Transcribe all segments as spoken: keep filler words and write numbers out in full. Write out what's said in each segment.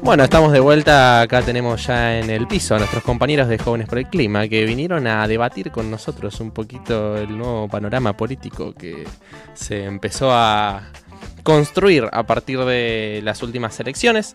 Bueno, estamos de vuelta. Acá tenemos ya en el piso a nuestros compañeros de Jóvenes por el Clima que vinieron a debatir con nosotros un poquito el nuevo panorama político que se empezó a construir a partir de las últimas elecciones.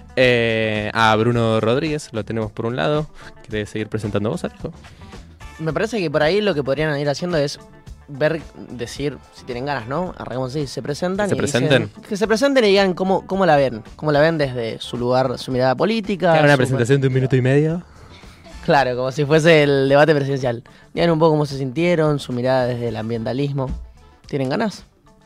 Eh, a Bruno Rodríguez lo tenemos por un lado. ¿Querés seguir presentando vos, Alejo? Me parece que por ahí lo que podrían ir haciendo es ver, decir, si tienen ganas, ¿no? Arrancamos así, se presentan. ¿Que se y presenten? Dicen, que se presenten y digan cómo, cómo la ven. Cómo la ven desde su lugar, su mirada política. ¿Una su... presentación de un minuto y medio? Claro, como si fuese el debate presidencial. Digan un poco cómo se sintieron, su mirada desde el ambientalismo. ¿Tienen ganas?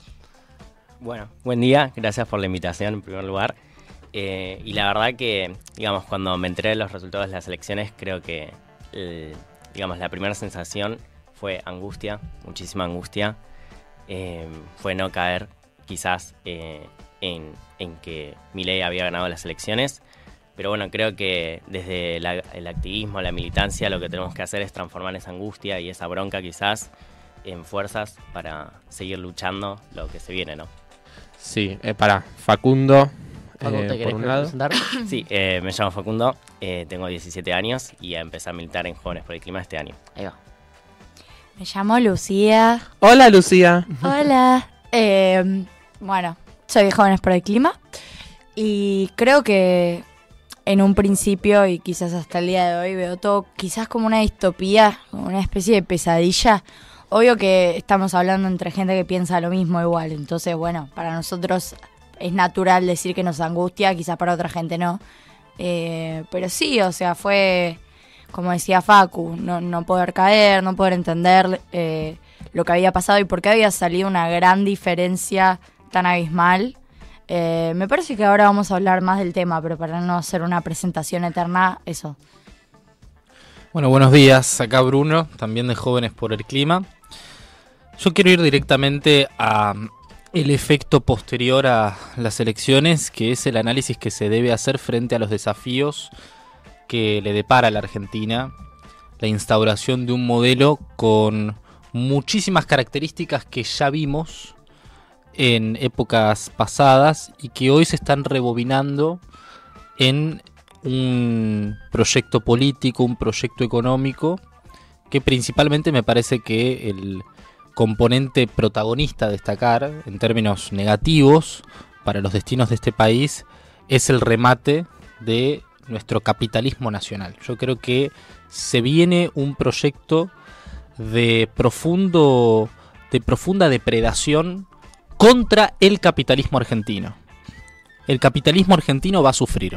Bueno, buen día, gracias por la invitación en primer lugar. Eh, y la verdad que, digamos, cuando me enteré de los resultados de las elecciones, creo que, el, digamos, la primera sensación fue angustia, muchísima angustia. Eh, fue no caer, quizás, eh, en, en que Milei había ganado las elecciones. Pero bueno, creo que desde la, el activismo, la militancia, lo que tenemos que hacer es transformar esa angustia y esa bronca, quizás, en fuerzas para seguir luchando lo que se viene, ¿no? Sí, eh, para Facundo. Facundo, Eh, ¿te querés por un lado. presentar? Sí, eh, me llamo Facundo, eh, tengo diecisiete años y empecé a militar en Jóvenes por el Clima este año. Ahí va. Me llamo Lucía. Hola, Lucía. Hola. Eh, bueno, soy de Jóvenes por el Clima y creo que en un principio y quizás hasta el día de hoy veo todo quizás como una distopía, como una especie de pesadilla. Obvio que estamos hablando entre gente que piensa lo mismo igual, entonces bueno, para nosotros es natural decir que nos angustia, quizás para otra gente no. Eh, pero sí, o sea, fue, como decía Facu, no, no poder caer, no poder entender eh, lo que había pasado y por qué había salido una gran diferencia tan abismal. Eh, me parece que ahora vamos a hablar más del tema, pero para no hacer una presentación eterna, eso. Bueno, buenos días, acá Bruno, también de Jóvenes por el Clima. Yo quiero ir directamente a el efecto posterior a las elecciones, que es el análisis que se debe hacer frente a los desafíos que le depara a la Argentina, la instauración de un modelo con muchísimas características que ya vimos en épocas pasadas y que hoy se están rebobinando en un proyecto político, un proyecto económico, que principalmente me parece que el componente protagonista a destacar en términos negativos para los destinos de este país es el remate de nuestro capitalismo nacional. Yo creo que se viene un proyecto de profundo de profunda depredación contra el capitalismo argentino. El capitalismo argentino va a sufrir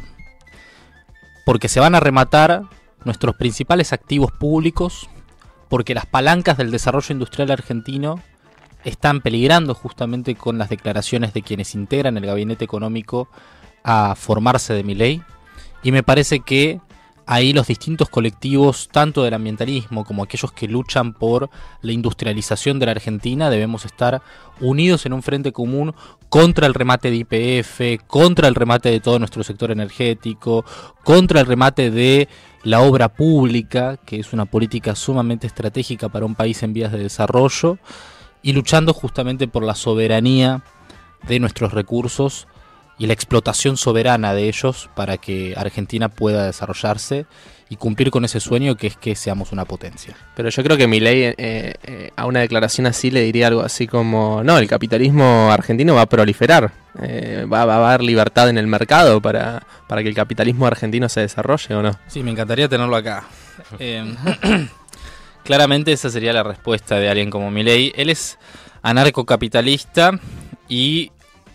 porque se van a rematar nuestros principales activos públicos, porque las palancas del desarrollo industrial argentino están peligrando justamente con las declaraciones de quienes integran el gabinete económico a formarse de Milei, y me parece que ahí los distintos colectivos, tanto del ambientalismo como aquellos que luchan por la industrialización de la Argentina, debemos estar unidos en un frente común contra el remate de Y P F, contra el remate de todo nuestro sector energético, contra el remate de la obra pública, que es una política sumamente estratégica para un país en vías de desarrollo, y luchando justamente por la soberanía de nuestros recursos y la explotación soberana de ellos para que Argentina pueda desarrollarse y cumplir con ese sueño que es que seamos una potencia. Pero yo creo que Milei eh, eh, a una declaración así le diría algo así como: no, el capitalismo argentino va a proliferar, eh, va, va a haber libertad en el mercado para, para que el capitalismo argentino se desarrolle, ¿o no? Sí, me encantaría tenerlo acá. eh, claramente esa sería la respuesta de alguien como Milei. Él es anarcocapitalista y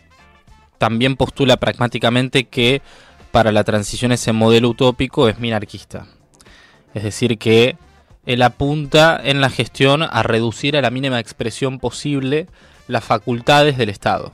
también postula pragmáticamente que para la transición ese modelo utópico es minarquista. Es decir, que él apunta en la gestión a reducir a la mínima expresión posible las facultades del Estado.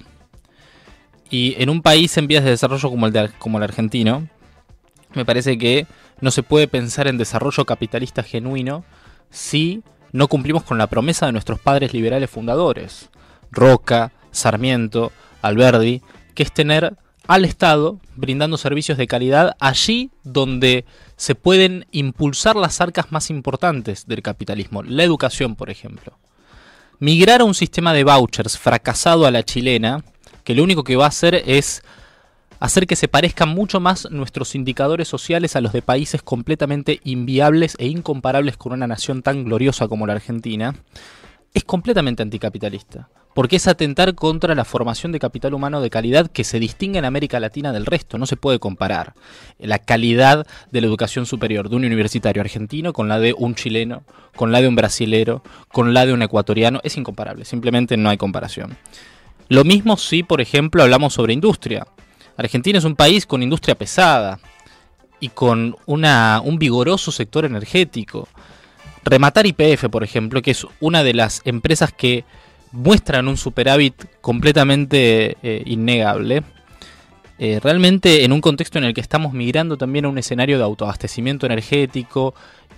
Y en un país en vías de desarrollo como el, de, como el argentino, me parece que no se puede pensar en desarrollo capitalista genuino si no cumplimos con la promesa de nuestros padres liberales fundadores, Roca, Sarmiento, Alberdi, que es tener al Estado brindando servicios de calidad allí donde se pueden impulsar las arcas más importantes del capitalismo, la educación, por ejemplo. Migrar a un sistema de vouchers fracasado a la chilena, que lo único que va a hacer es hacer que se parezcan mucho más nuestros indicadores sociales a los de países completamente inviables e incomparables con una nación tan gloriosa como la Argentina, es completamente anticapitalista, porque es atentar contra la formación de capital humano de calidad que se distingue en América Latina del resto. No se puede comparar la calidad de la educación superior de un universitario argentino con la de un chileno, con la de un brasilero, con la de un ecuatoriano. Es incomparable, simplemente no hay comparación. Lo mismo si, por ejemplo, hablamos sobre industria. Argentina es un país con industria pesada y con una, un vigoroso sector energético. Rematar Y P F, por ejemplo, que es una de las empresas que muestran un superávit completamente eh, innegable, eh, realmente en un contexto en el que estamos migrando también a un escenario de autoabastecimiento energético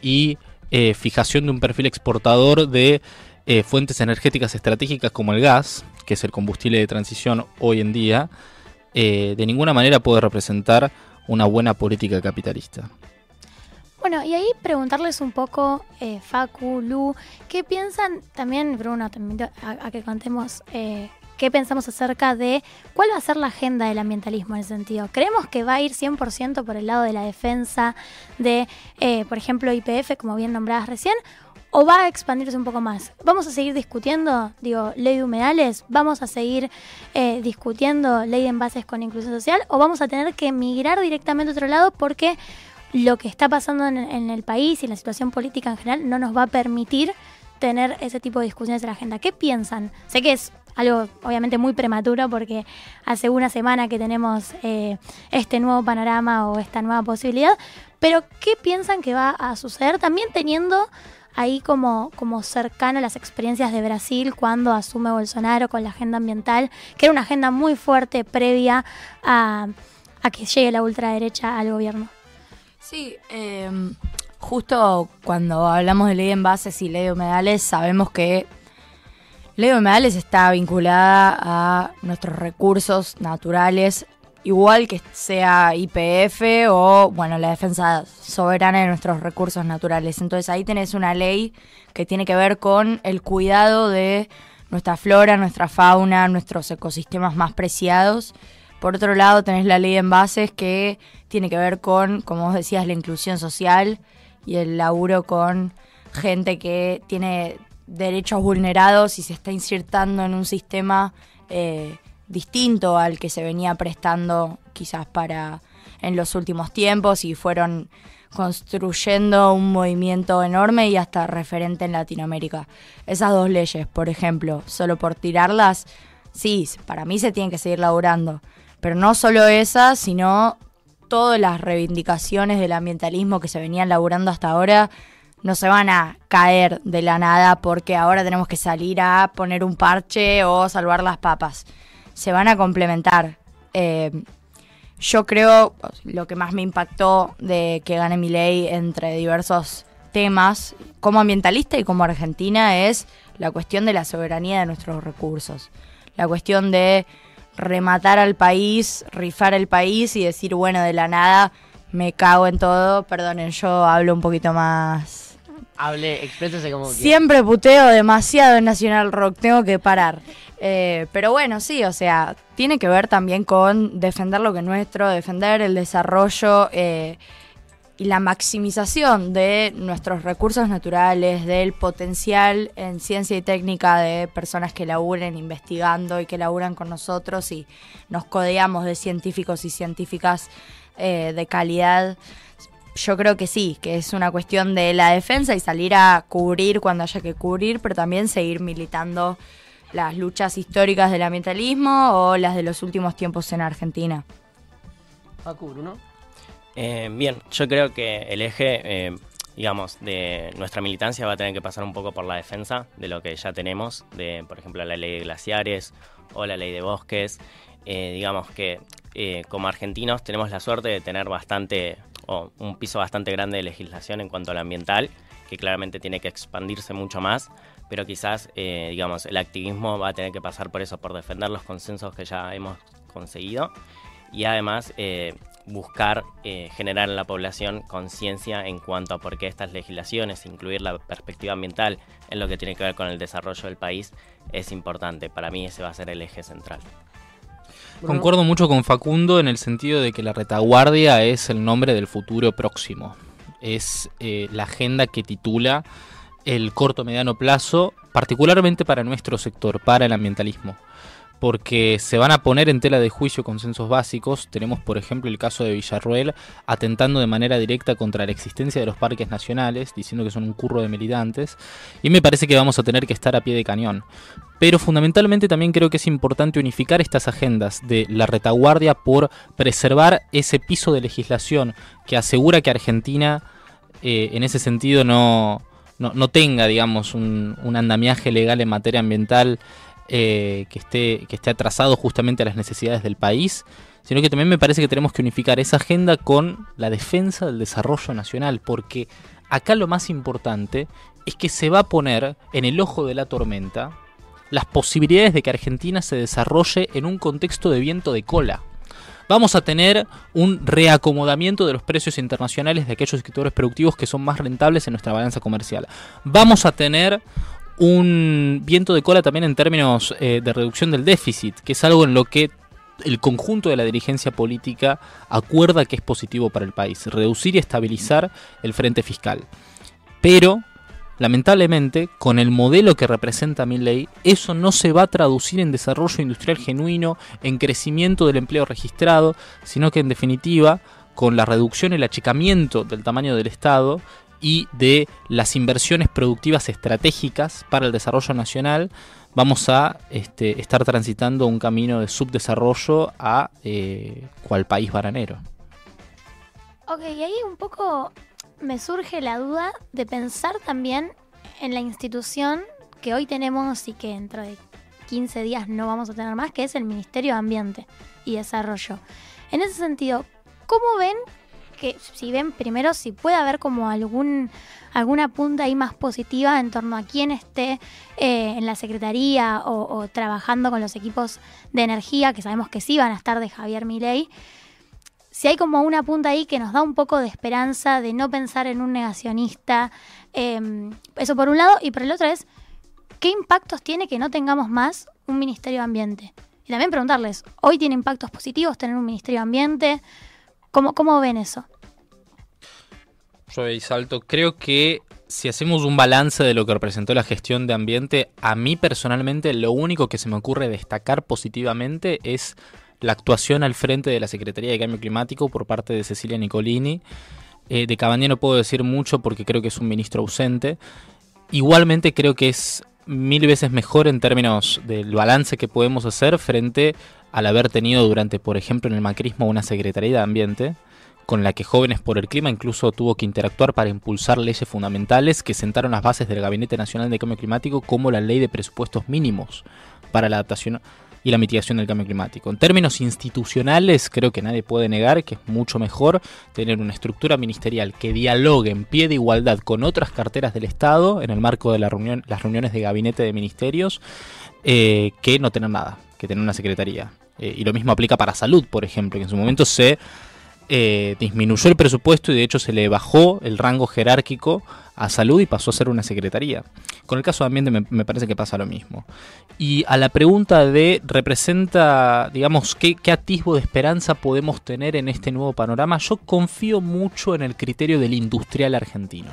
y eh, fijación de un perfil exportador de eh, fuentes energéticas estratégicas como el gas, que es el combustible de transición hoy en día, eh, de ninguna manera puede representar una buena política capitalista. Bueno, y ahí preguntarles un poco, eh, Facu, Lu, ¿qué piensan también, Bruno, también a, a que contemos eh, qué pensamos acerca de cuál va a ser la agenda del ambientalismo en ese sentido? ¿Creemos que va a ir cien por ciento por el lado de la defensa de, eh, por ejemplo, Y P F, como bien nombradas recién, o va a expandirse un poco más? ¿Vamos a seguir discutiendo, digo, ley de humedales? ¿Vamos a seguir eh, discutiendo ley de envases con inclusión social? ¿O vamos a tener que migrar directamente a otro lado porque lo que está pasando en, en el país y la situación política en general no nos va a permitir tener ese tipo de discusiones en la agenda? ¿Qué piensan? Sé que es algo obviamente muy prematuro porque hace una semana que tenemos eh, este nuevo panorama o esta nueva posibilidad, pero ¿qué piensan que va a suceder? También teniendo ahí como, como cercano las experiencias de Brasil cuando asume Bolsonaro con la agenda ambiental, que era una agenda muy fuerte previa a, a que llegue la ultraderecha al gobierno. Sí, eh, justo cuando hablamos de ley de envases y ley de humedales, sabemos que ley de humedales está vinculada a nuestros recursos naturales, igual que sea Y P F o, bueno, la defensa soberana de nuestros recursos naturales. Entonces ahí tenés una ley que tiene que ver con el cuidado de nuestra flora, nuestra fauna, nuestros ecosistemas más preciados. Por otro lado tenés la ley de envases que tiene que ver con, como vos decías, la inclusión social y el laburo con gente que tiene derechos vulnerados y se está insertando en un sistema eh, distinto al que se venía prestando quizás para en los últimos tiempos, y fueron construyendo un movimiento enorme y hasta referente en Latinoamérica. Esas dos leyes, por ejemplo, solo por tirarlas, sí, para mí se tienen que seguir laburando. Pero no solo esas, sino todas las reivindicaciones del ambientalismo que se venían laburando hasta ahora no se van a caer de la nada porque ahora tenemos que salir a poner un parche o salvar las papas. Se van a complementar. Eh, yo creo, lo que más me impactó de que gane Milei entre diversos temas, como ambientalista y como argentina, es la cuestión de la soberanía de nuestros recursos. La cuestión de rematar al país, rifar el país y decir, bueno, de la nada me cago en todo. Perdonen, yo hablo un poquito más... Hable, exprésese como quiera. Siempre puteo demasiado en Nacional Rock, tengo que parar. Eh, pero bueno, sí, o sea, tiene que ver también con defender lo que es nuestro, defender el desarrollo eh, y la maximización de nuestros recursos naturales, del potencial en ciencia y técnica de personas que laburen investigando y que laburan con nosotros y nos codeamos de científicos y científicas eh, de calidad. Yo creo que sí, que es una cuestión de la defensa y salir a cubrir cuando haya que cubrir, pero también seguir militando las luchas históricas del ambientalismo o las de los últimos tiempos en Argentina. Facu, Bruno. Eh, bien, yo creo que el eje, eh, digamos, de nuestra militancia va a tener que pasar un poco por la defensa de lo que ya tenemos, de, por ejemplo, la ley de glaciares o la ley de bosques. Eh, digamos que eh, como argentinos tenemos la suerte de tener bastante, o un piso bastante grande de legislación en cuanto al ambiental, que claramente tiene que expandirse mucho más, pero quizás, eh, digamos, el activismo va a tener que pasar por eso, por defender los consensos que ya hemos conseguido y además eh, buscar eh, generar en la población conciencia en cuanto a por qué estas legislaciones, incluir la perspectiva ambiental en lo que tiene que ver con el desarrollo del país, es importante. Para mí ese va a ser el eje central. Concuerdo mucho con Facundo en el sentido de que la retaguardia es el nombre del futuro próximo. Es eh, la agenda que titula el corto-mediano plazo, particularmente para nuestro sector, para el ambientalismo. Porque se van a poner en tela de juicio consensos básicos. Tenemos, por ejemplo, el caso de Villarroel atentando de manera directa contra la existencia de los parques nacionales, diciendo que son un curro de militantes, y me parece que vamos a tener que estar a pie de cañón. Pero fundamentalmente también creo que es importante unificar estas agendas de la retaguardia por preservar ese piso de legislación que asegura que Argentina, eh, en ese sentido, no, no, no tenga, digamos, un, un andamiaje legal en materia ambiental Eh, que esté que esté atrasado justamente a las necesidades del país, sino que también me parece que tenemos que unificar esa agenda con la defensa del desarrollo nacional, porque acá lo más importante es que se va a poner en el ojo de la tormenta las posibilidades de que Argentina se desarrolle en un contexto de viento de cola. Vamos a tener un reacomodamiento de los precios internacionales de aquellos sectores productivos que son más rentables en nuestra balanza comercial. Vamos a tener un viento de cola también en términos eh, de reducción del déficit, que es algo en lo que el conjunto de la dirigencia política acuerda que es positivo para el país, reducir y estabilizar el frente fiscal. Pero, lamentablemente, con el modelo que representa Milei, eso no se va a traducir en desarrollo industrial genuino, en crecimiento del empleo registrado, sino que en definitiva, con la reducción y el achicamiento del tamaño del Estado y de las inversiones productivas estratégicas para el desarrollo nacional, vamos a este, estar transitando un camino de subdesarrollo a eh, cual país bananero. Ok, y ahí un poco me surge la duda de pensar también en la institución que hoy tenemos y que dentro de quince días no vamos a tener más, que es el Ministerio de Ambiente y Desarrollo. En ese sentido, ¿cómo ven que si ven primero si puede haber como algún alguna punta ahí más positiva en torno a quién esté eh, en la secretaría o, o trabajando con los equipos de energía, que sabemos que sí van a estar de Javier Milei? Si hay como una punta ahí que nos da un poco de esperanza de no pensar en un negacionista, eh, eso por un lado, y por el otro es ¿qué impactos tiene que no tengamos más un Ministerio de Ambiente? Y también preguntarles, ¿hoy tiene impactos positivos tener un Ministerio de Ambiente? ¿Cómo, ¿Cómo ven eso? Yo ahí salto. Creo que si hacemos un balance de lo que representó la gestión de ambiente, a mí personalmente lo único que se me ocurre destacar positivamente es la actuación al frente de la Secretaría de Cambio Climático por parte de Cecilia Nicolini. Eh, de Cabandier no puedo decir mucho porque creo que es un ministro ausente. Igualmente creo que es mil veces mejor en términos del balance que podemos hacer frente al haber tenido durante, por ejemplo, en el macrismo una Secretaría de Ambiente con la que Jóvenes por el Clima incluso tuvo que interactuar para impulsar leyes fundamentales que sentaron las bases del Gabinete Nacional de Cambio Climático, como la Ley de Presupuestos Mínimos para la adaptación y la mitigación del cambio climático. En términos institucionales, creo que nadie puede negar que es mucho mejor tener una estructura ministerial que dialogue en pie de igualdad con otras carteras del Estado en el marco de la reunión, las reuniones de gabinete de ministerios, eh, que no tener nada, que tener una secretaría. Eh, y lo mismo aplica para salud, por ejemplo, que en su momento se eh, disminuyó el presupuesto y de hecho se le bajó el rango jerárquico a salud y pasó a ser una secretaría. Con el caso de ambiente me, me parece que pasa lo mismo. Y a la pregunta de representa, digamos, ¿qué, qué atisbo de esperanza podemos tener en este nuevo panorama, yo confío mucho en el criterio del industrial argentino.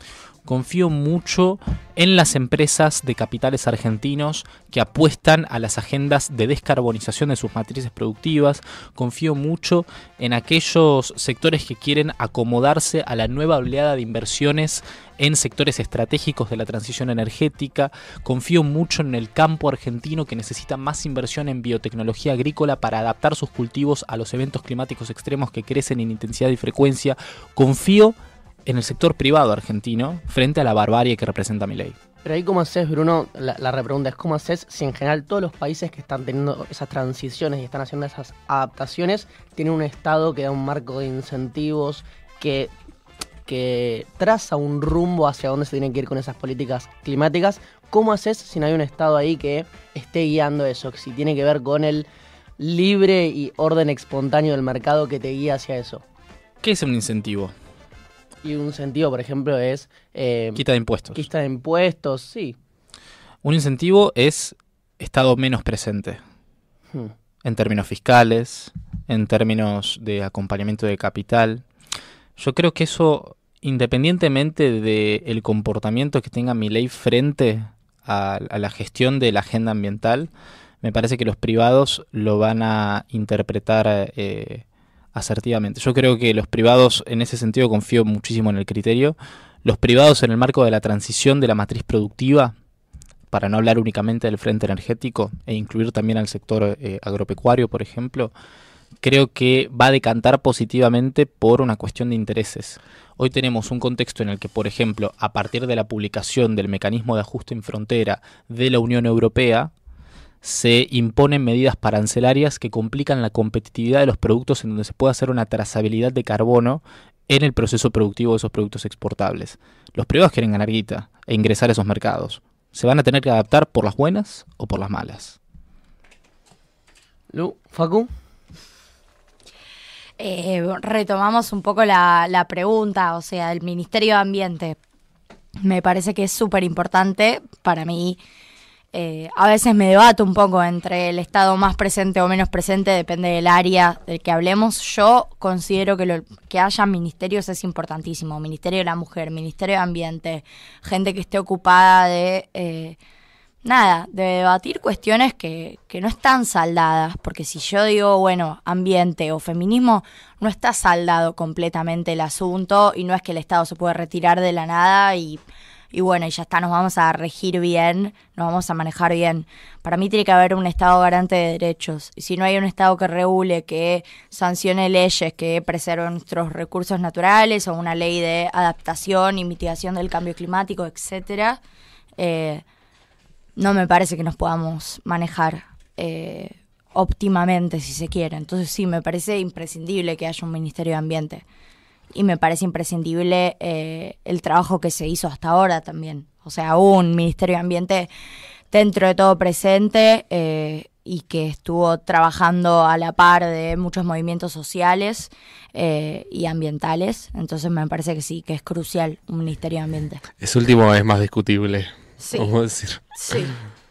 Confío mucho en las empresas de capitales argentinos que apuestan a las agendas de descarbonización de sus matrices productivas. Confío mucho en aquellos sectores que quieren acomodarse a la nueva oleada de inversiones en sectores estratégicos de la transición energética. Confío mucho en el campo argentino, que necesita más inversión en biotecnología agrícola para adaptar sus cultivos a los eventos climáticos extremos que crecen en intensidad y frecuencia. Confío en el sector privado argentino frente a la barbarie que representa Milei. Pero ahí, ¿cómo haces, Bruno? La, la repregunta es, ¿cómo haces si en general todos los países que están teniendo esas transiciones y están haciendo esas adaptaciones tienen un Estado que da un marco de incentivos, que, que traza un rumbo hacia dónde se tienen que ir con esas políticas climáticas? ¿Cómo haces si no hay un Estado ahí que esté guiando eso? Si tiene que ver con el libre y orden espontáneo del mercado que te guía hacia eso. ¿Qué es un incentivo? Y un sentido, por ejemplo, es... Eh, quita de impuestos. Quita de impuestos, sí. Un incentivo es Estado menos presente. Hmm. en términos fiscales, en términos de acompañamiento de capital. Yo creo que eso, independientemente del comportamiento que tenga Milei frente a, a la gestión de la agenda ambiental, me parece que los privados lo van a interpretar eh, asertivamente. Yo creo que los privados, en ese sentido, confío muchísimo en el criterio. Los privados, en el marco de la transición de la matriz productiva, para no hablar únicamente del frente energético e incluir también al sector eh, agropecuario, por ejemplo, creo que va a decantar positivamente por una cuestión de intereses. Hoy tenemos un contexto en el que, por ejemplo, a partir de la publicación del mecanismo de ajuste en frontera de la Unión Europea, se imponen medidas arancelarias que complican la competitividad de los productos en donde se puede hacer una trazabilidad de carbono en el proceso productivo de esos productos exportables. Los privados quieren ganar guita e ingresar a esos mercados. Se van a tener que adaptar por las buenas o por las malas. Lu, Facu. Eh, retomamos un poco la, la pregunta, o sea, el Ministerio de Ambiente. Me parece que es súper importante para mí. Eh, a veces me debato un poco entre el Estado más presente o menos presente, depende del área del que hablemos. Yo considero que lo que haya ministerios es importantísimo. Ministerio de la Mujer, Ministerio de Ambiente, gente que esté ocupada de, eh, nada, de debatir cuestiones que, que no están saldadas. Porque si yo digo, bueno, ambiente o feminismo, no está saldado completamente el asunto y no es que el Estado se puede retirar de la nada y... Y bueno, y ya está, nos vamos a regir bien, nos vamos a manejar bien. Para mí tiene que haber un Estado garante de derechos. Y si no hay un Estado que regule, que sancione leyes, que preserve nuestros recursos naturales, o una ley de adaptación y mitigación del cambio climático, etcétera, eh, no me parece que nos podamos manejar eh, óptimamente, si se quiere. Entonces sí, me parece imprescindible que haya un Ministerio de Ambiente. Y me parece imprescindible eh, el trabajo que se hizo hasta ahora también. O sea, un Ministerio de Ambiente dentro de todo presente eh, y que estuvo trabajando a la par de muchos movimientos sociales eh, y ambientales. Entonces me parece que sí, que es crucial un Ministerio de Ambiente. Ese último es más discutible, Sí, vamos a decir. sí.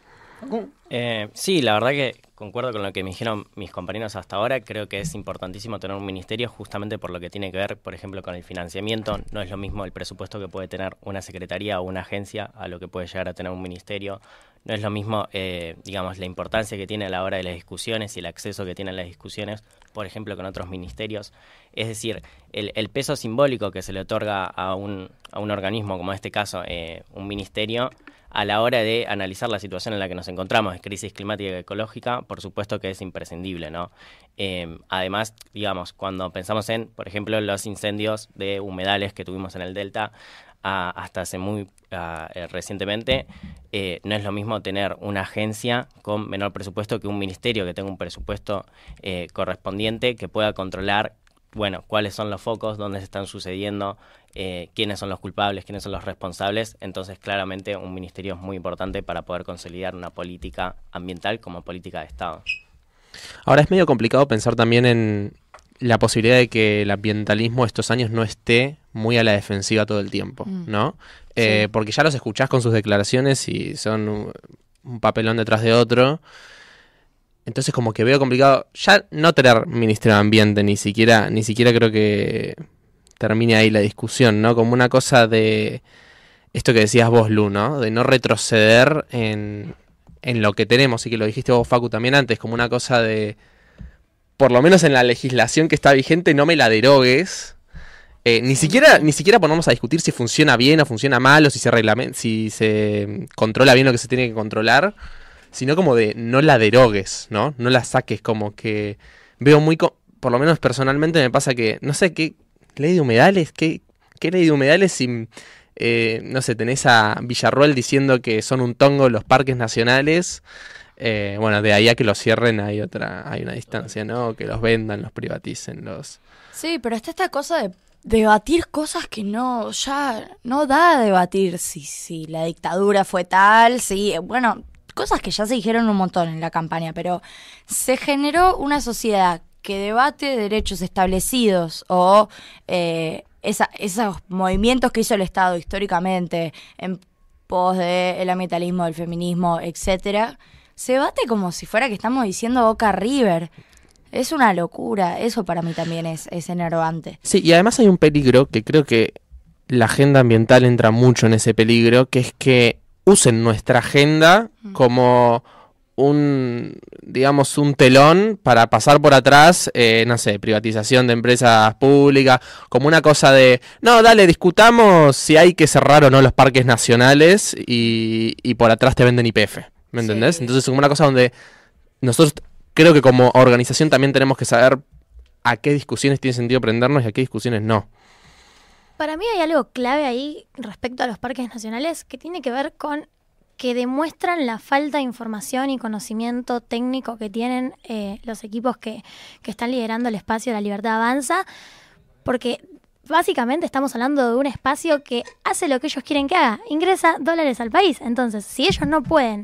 Eh, sí, la verdad que concuerdo con lo que me dijeron mis compañeros hasta ahora. Creo que es importantísimo tener un ministerio justamente por lo que tiene que ver, por ejemplo, con el financiamiento. No es lo mismo el presupuesto que puede tener una secretaría o una agencia a lo que puede llegar a tener un ministerio. No es lo mismo, eh, digamos, la importancia que tiene a la hora de las discusiones y el acceso que tiene a las discusiones, por ejemplo, con otros ministerios. Es decir, el, el peso simbólico que se le otorga a un, a un organismo, como en este caso eh, un ministerio, a la hora de analizar la situación en la que nos encontramos, de crisis climática y ecológica, por supuesto que es imprescindible, ¿no? Eh, además, digamos, cuando pensamos en, por ejemplo, los incendios de humedales que tuvimos en el Delta a, hasta hace muy a, eh, recientemente, eh, no es lo mismo tener una agencia con menor presupuesto que un ministerio que tenga un presupuesto eh, correspondiente que pueda controlar, bueno, cuáles son los focos, dónde se están sucediendo, eh, quiénes son los culpables, quiénes son los responsables. Entonces, claramente, un ministerio es muy importante para poder consolidar una política ambiental como política de Estado. Ahora es medio complicado pensar también en la posibilidad de que el ambientalismo estos años no esté muy a la defensiva todo el tiempo, Mm. ¿no? Eh, Sí. Porque ya los escuchás con sus declaraciones y son un, un papelón detrás de otro. Entonces como que veo complicado ya no tener Ministerio de Ambiente, ni siquiera, ni siquiera creo que termine ahí la discusión, ¿no? Como una cosa de esto que decías vos, Lu, ¿no? De no retroceder en, en lo que tenemos, y que lo dijiste vos, Facu, también antes, como una cosa de, por lo menos en la legislación que está vigente, no me la derogues. Eh, ni siquiera ni siquiera ponemos a discutir si funciona bien o funciona mal, o si se reglamen- si se controla bien lo que se tiene que controlar, sino como de no la derogues, ¿no? No la saques, como que veo muy... co- por lo menos personalmente me pasa que, no sé, ¿qué ley de humedales? ¿Qué, qué ley de humedales si, eh, no sé, tenés a Villarroel diciendo que son un tongo los parques nacionales? Eh, bueno, de ahí a que los cierren hay otra, hay una distancia, ¿no? Que los vendan, los privaticen, los... Sí, pero está esta cosa de debatir cosas que no, ya no da a debatir si, si la dictadura fue tal, si, bueno, cosas que ya se dijeron un montón en la campaña, pero se generó una sociedad que debate derechos establecidos o eh, esa, esos movimientos que hizo el Estado históricamente en pos del ambientalismo, del feminismo, etcétera, se debate como si fuera que estamos diciendo Boca River. Es una locura, eso para mí también es, es enervante. Sí, y además hay un peligro que creo que la agenda ambiental entra mucho en ese peligro, que es que usen nuestra agenda como un, digamos, un telón para pasar por atrás, eh, no sé, privatización de empresas públicas, como una cosa de, no, dale, discutamos si hay que cerrar o no los parques nacionales y, y por atrás te venden Y P F, ¿me entendés? Sí. Entonces, como una cosa donde nosotros creo que como organización también tenemos que saber a qué discusiones tiene sentido prendernos y a qué discusiones no. Para mí hay algo clave ahí respecto a los parques nacionales que tiene que ver con que demuestran la falta de información y conocimiento técnico que tienen eh, los equipos que, que están liderando el espacio de La Libertad Avanza, porque básicamente estamos hablando de un espacio que hace lo que ellos quieren que haga, ingresa dólares al país. Entonces, si ellos no pueden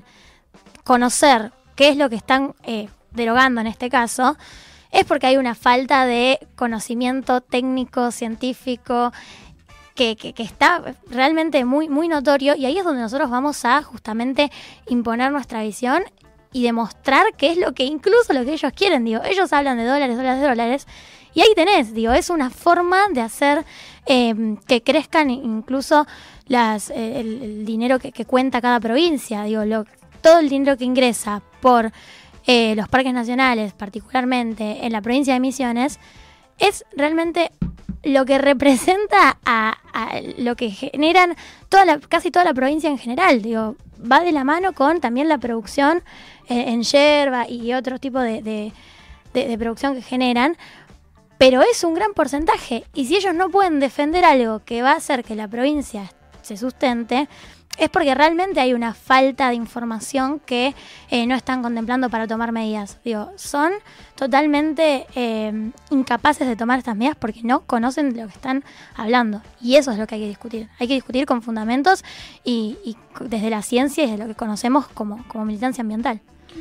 conocer qué es lo que están eh, derogando en este caso, es porque hay una falta de conocimiento técnico, científico, Que, que, que está realmente muy, muy notorio, y ahí es donde nosotros vamos a justamente imponer nuestra visión y demostrar qué es lo que, incluso lo que ellos quieren. Digo, ellos hablan de dólares, dólares, dólares, y ahí tenés, digo, es una forma de hacer eh, que crezcan incluso las, eh, el, el dinero que, que cuenta cada provincia. Digo, lo, todo el dinero que ingresa por eh, los parques nacionales, particularmente en la provincia de Misiones, es realmente lo que representa a, a lo que generan toda la, casi toda la provincia en general. Digo, va de la mano con también la producción eh, en yerba y otro tipo de, de, de, de producción que generan, pero es un gran porcentaje. Y si ellos no pueden defender algo que va a hacer que la provincia se sustente, es porque realmente hay una falta de información que eh, no están contemplando para tomar medidas. Digo, son totalmente eh, incapaces de tomar estas medidas porque no conocen de lo que están hablando. Y eso es lo que hay que discutir. Hay que discutir con fundamentos y, y desde la ciencia y desde lo que conocemos como, como militancia ambiental.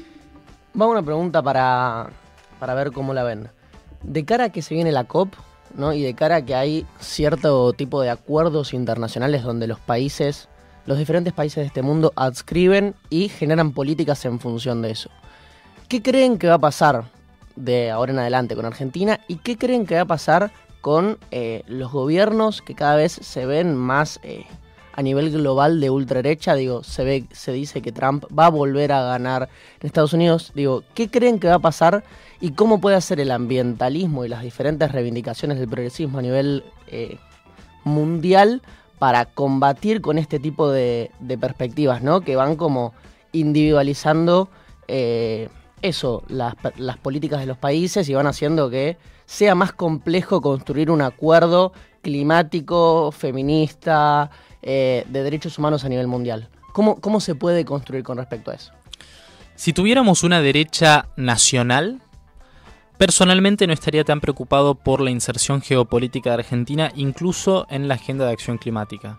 Va una pregunta para, para ver cómo la ven. De cara a que se viene la COP, ¿no? Y de cara a que hay cierto tipo de acuerdos internacionales donde los países... los diferentes países de este mundo adscriben y generan políticas en función de eso. ¿Qué creen que va a pasar de ahora en adelante con Argentina? ¿Y qué creen que va a pasar con eh, los gobiernos que cada vez se ven más eh, a nivel global de ultraderecha? Digo, se ve, se dice que Trump va a volver a ganar en Estados Unidos. Digo, ¿qué creen que va a pasar? ¿Y cómo puede hacer el ambientalismo y las diferentes reivindicaciones del progresismo a nivel eh, mundial para combatir con este tipo de, de perspectivas, ¿no? Que van como individualizando eh, eso, las, las políticas de los países, y van haciendo que sea más complejo construir un acuerdo climático, feminista, eh, de derechos humanos a nivel mundial. ¿Cómo, ¿Cómo se puede construir con respecto a eso? Si tuviéramos una derecha nacional, personalmente no estaría tan preocupado por la inserción geopolítica de Argentina, incluso en la agenda de acción climática.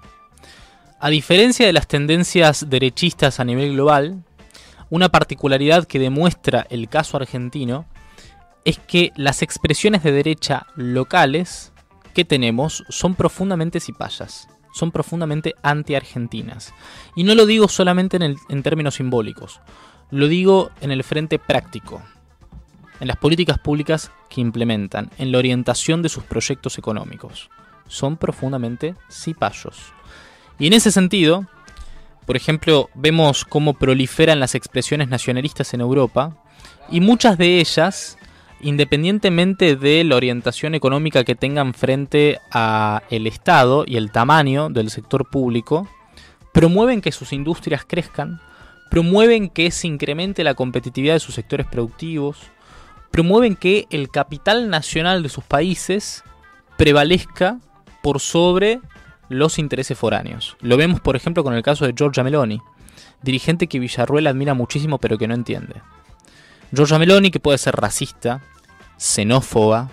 A diferencia de las tendencias derechistas a nivel global, una particularidad que demuestra el caso argentino es que las expresiones de derecha locales que tenemos son profundamente cipayas, son profundamente anti-argentinas. Y no lo digo solamente en, el, en términos simbólicos, lo digo en el frente práctico, en las políticas públicas que implementan, en la orientación de sus proyectos económicos. Son profundamente cipayos. Y en ese sentido, por ejemplo, vemos cómo proliferan las expresiones nacionalistas en Europa, y muchas de ellas, independientemente de la orientación económica que tengan frente al Estado y el tamaño del sector público, promueven que sus industrias crezcan, promueven que se incremente la competitividad de sus sectores productivos, promueven que el capital nacional de sus países prevalezca por sobre los intereses foráneos. Lo vemos, por ejemplo, con el caso de Giorgia Meloni, dirigente que Villarruel admira muchísimo pero que no entiende. Giorgia Meloni, que puede ser racista, xenófoba,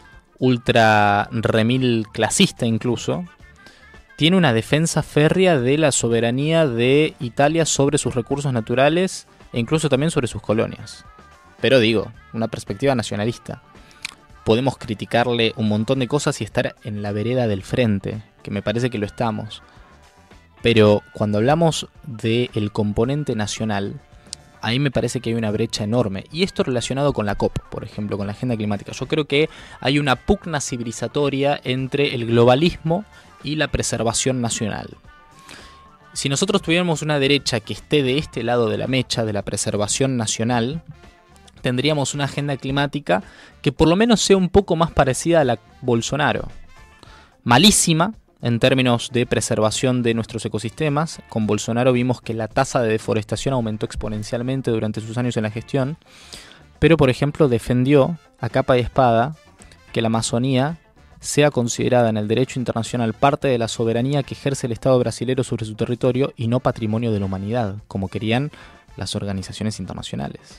ultra remil clasista incluso, tiene una defensa férrea de la soberanía de Italia sobre sus recursos naturales e incluso también sobre sus colonias. Pero digo, una perspectiva nacionalista. Podemos criticarle un montón de cosas y estar en la vereda del frente, que me parece que lo estamos. Pero cuando hablamos del componente nacional, ahí me parece que hay una brecha enorme. Y esto relacionado con la COP, por ejemplo, con la agenda climática. Yo creo que hay una pugna civilizatoria entre el globalismo y la preservación nacional. Si nosotros tuviéramos una derecha que esté de este lado de la mecha, de la preservación nacional, tendríamos una agenda climática que por lo menos sea un poco más parecida a la Bolsonaro. Malísima en términos de preservación de nuestros ecosistemas. Con Bolsonaro vimos que la tasa de deforestación aumentó exponencialmente durante sus años en la gestión, pero por ejemplo defendió a capa y espada que la Amazonía sea considerada en el derecho internacional parte de la soberanía que ejerce el Estado brasilero sobre su territorio y no patrimonio de la humanidad, como querían las organizaciones internacionales.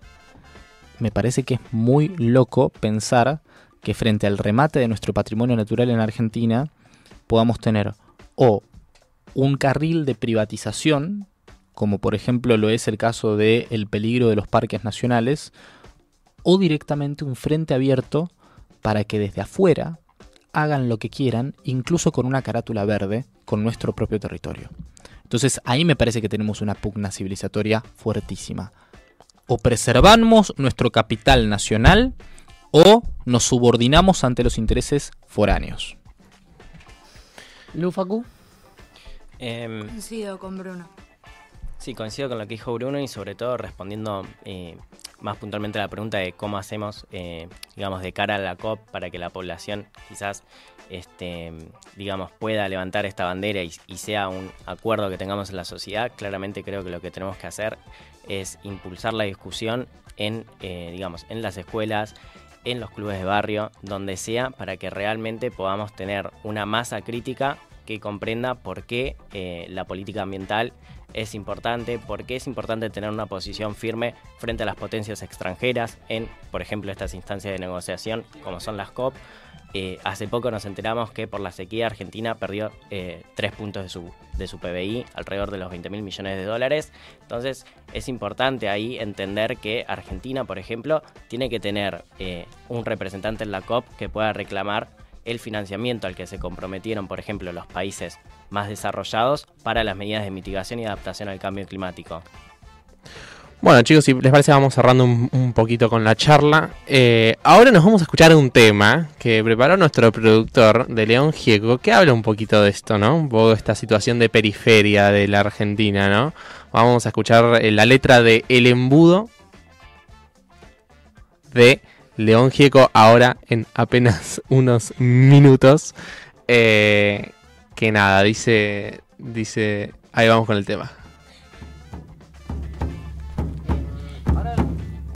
Me parece que es muy loco pensar que frente al remate de nuestro patrimonio natural en Argentina podamos tener o un carril de privatización, como por ejemplo lo es el caso del peligro de los parques nacionales, o directamente un frente abierto para que desde afuera hagan lo que quieran, incluso con una carátula verde, con nuestro propio territorio. Entonces ahí me parece que tenemos una pugna civilizatoria fuertísima. O preservamos nuestro capital nacional o nos subordinamos ante los intereses foráneos. Lu, Facu. Eh, Coincido con Bruno. sí, coincido con lo que dijo Bruno y sobre todo respondiendo eh, más puntualmente a la pregunta de cómo hacemos, eh, digamos, de cara a la COP para que la población quizás, este, digamos, pueda levantar esta bandera y, y sea un acuerdo que tengamos en la sociedad. Claramente creo que lo que tenemos que hacer es impulsar la discusión en, eh, digamos, en las escuelas, en los clubes de barrio, donde sea, para que realmente podamos tener una masa crítica que comprenda por qué eh, la política ambiental es importante, por qué es importante tener una posición firme frente a las potencias extranjeras en, por ejemplo, estas instancias de negociación como son las COP. Eh, hace poco nos enteramos que por la sequía Argentina perdió eh, tres puntos de su, de su P B I, alrededor de los veinte mil millones de dólares. Entonces es importante ahí entender que Argentina, por ejemplo, tiene que tener eh, un representante en la COP que pueda reclamar el financiamiento al que se comprometieron, por ejemplo, los países más desarrollados para las medidas de mitigación y adaptación al cambio climático. Bueno, chicos, si les parece vamos cerrando un, un poquito con la charla. Eh, ahora nos vamos a escuchar un tema que preparó nuestro productor de León Gieco, que habla un poquito de esto, ¿no? Un poco de esta situación de periferia de la Argentina, ¿no? Vamos a escuchar eh, la letra de El Embudo de León Gieco ahora en apenas unos minutos. Eh, que nada, dice, dice, ahí vamos con el tema.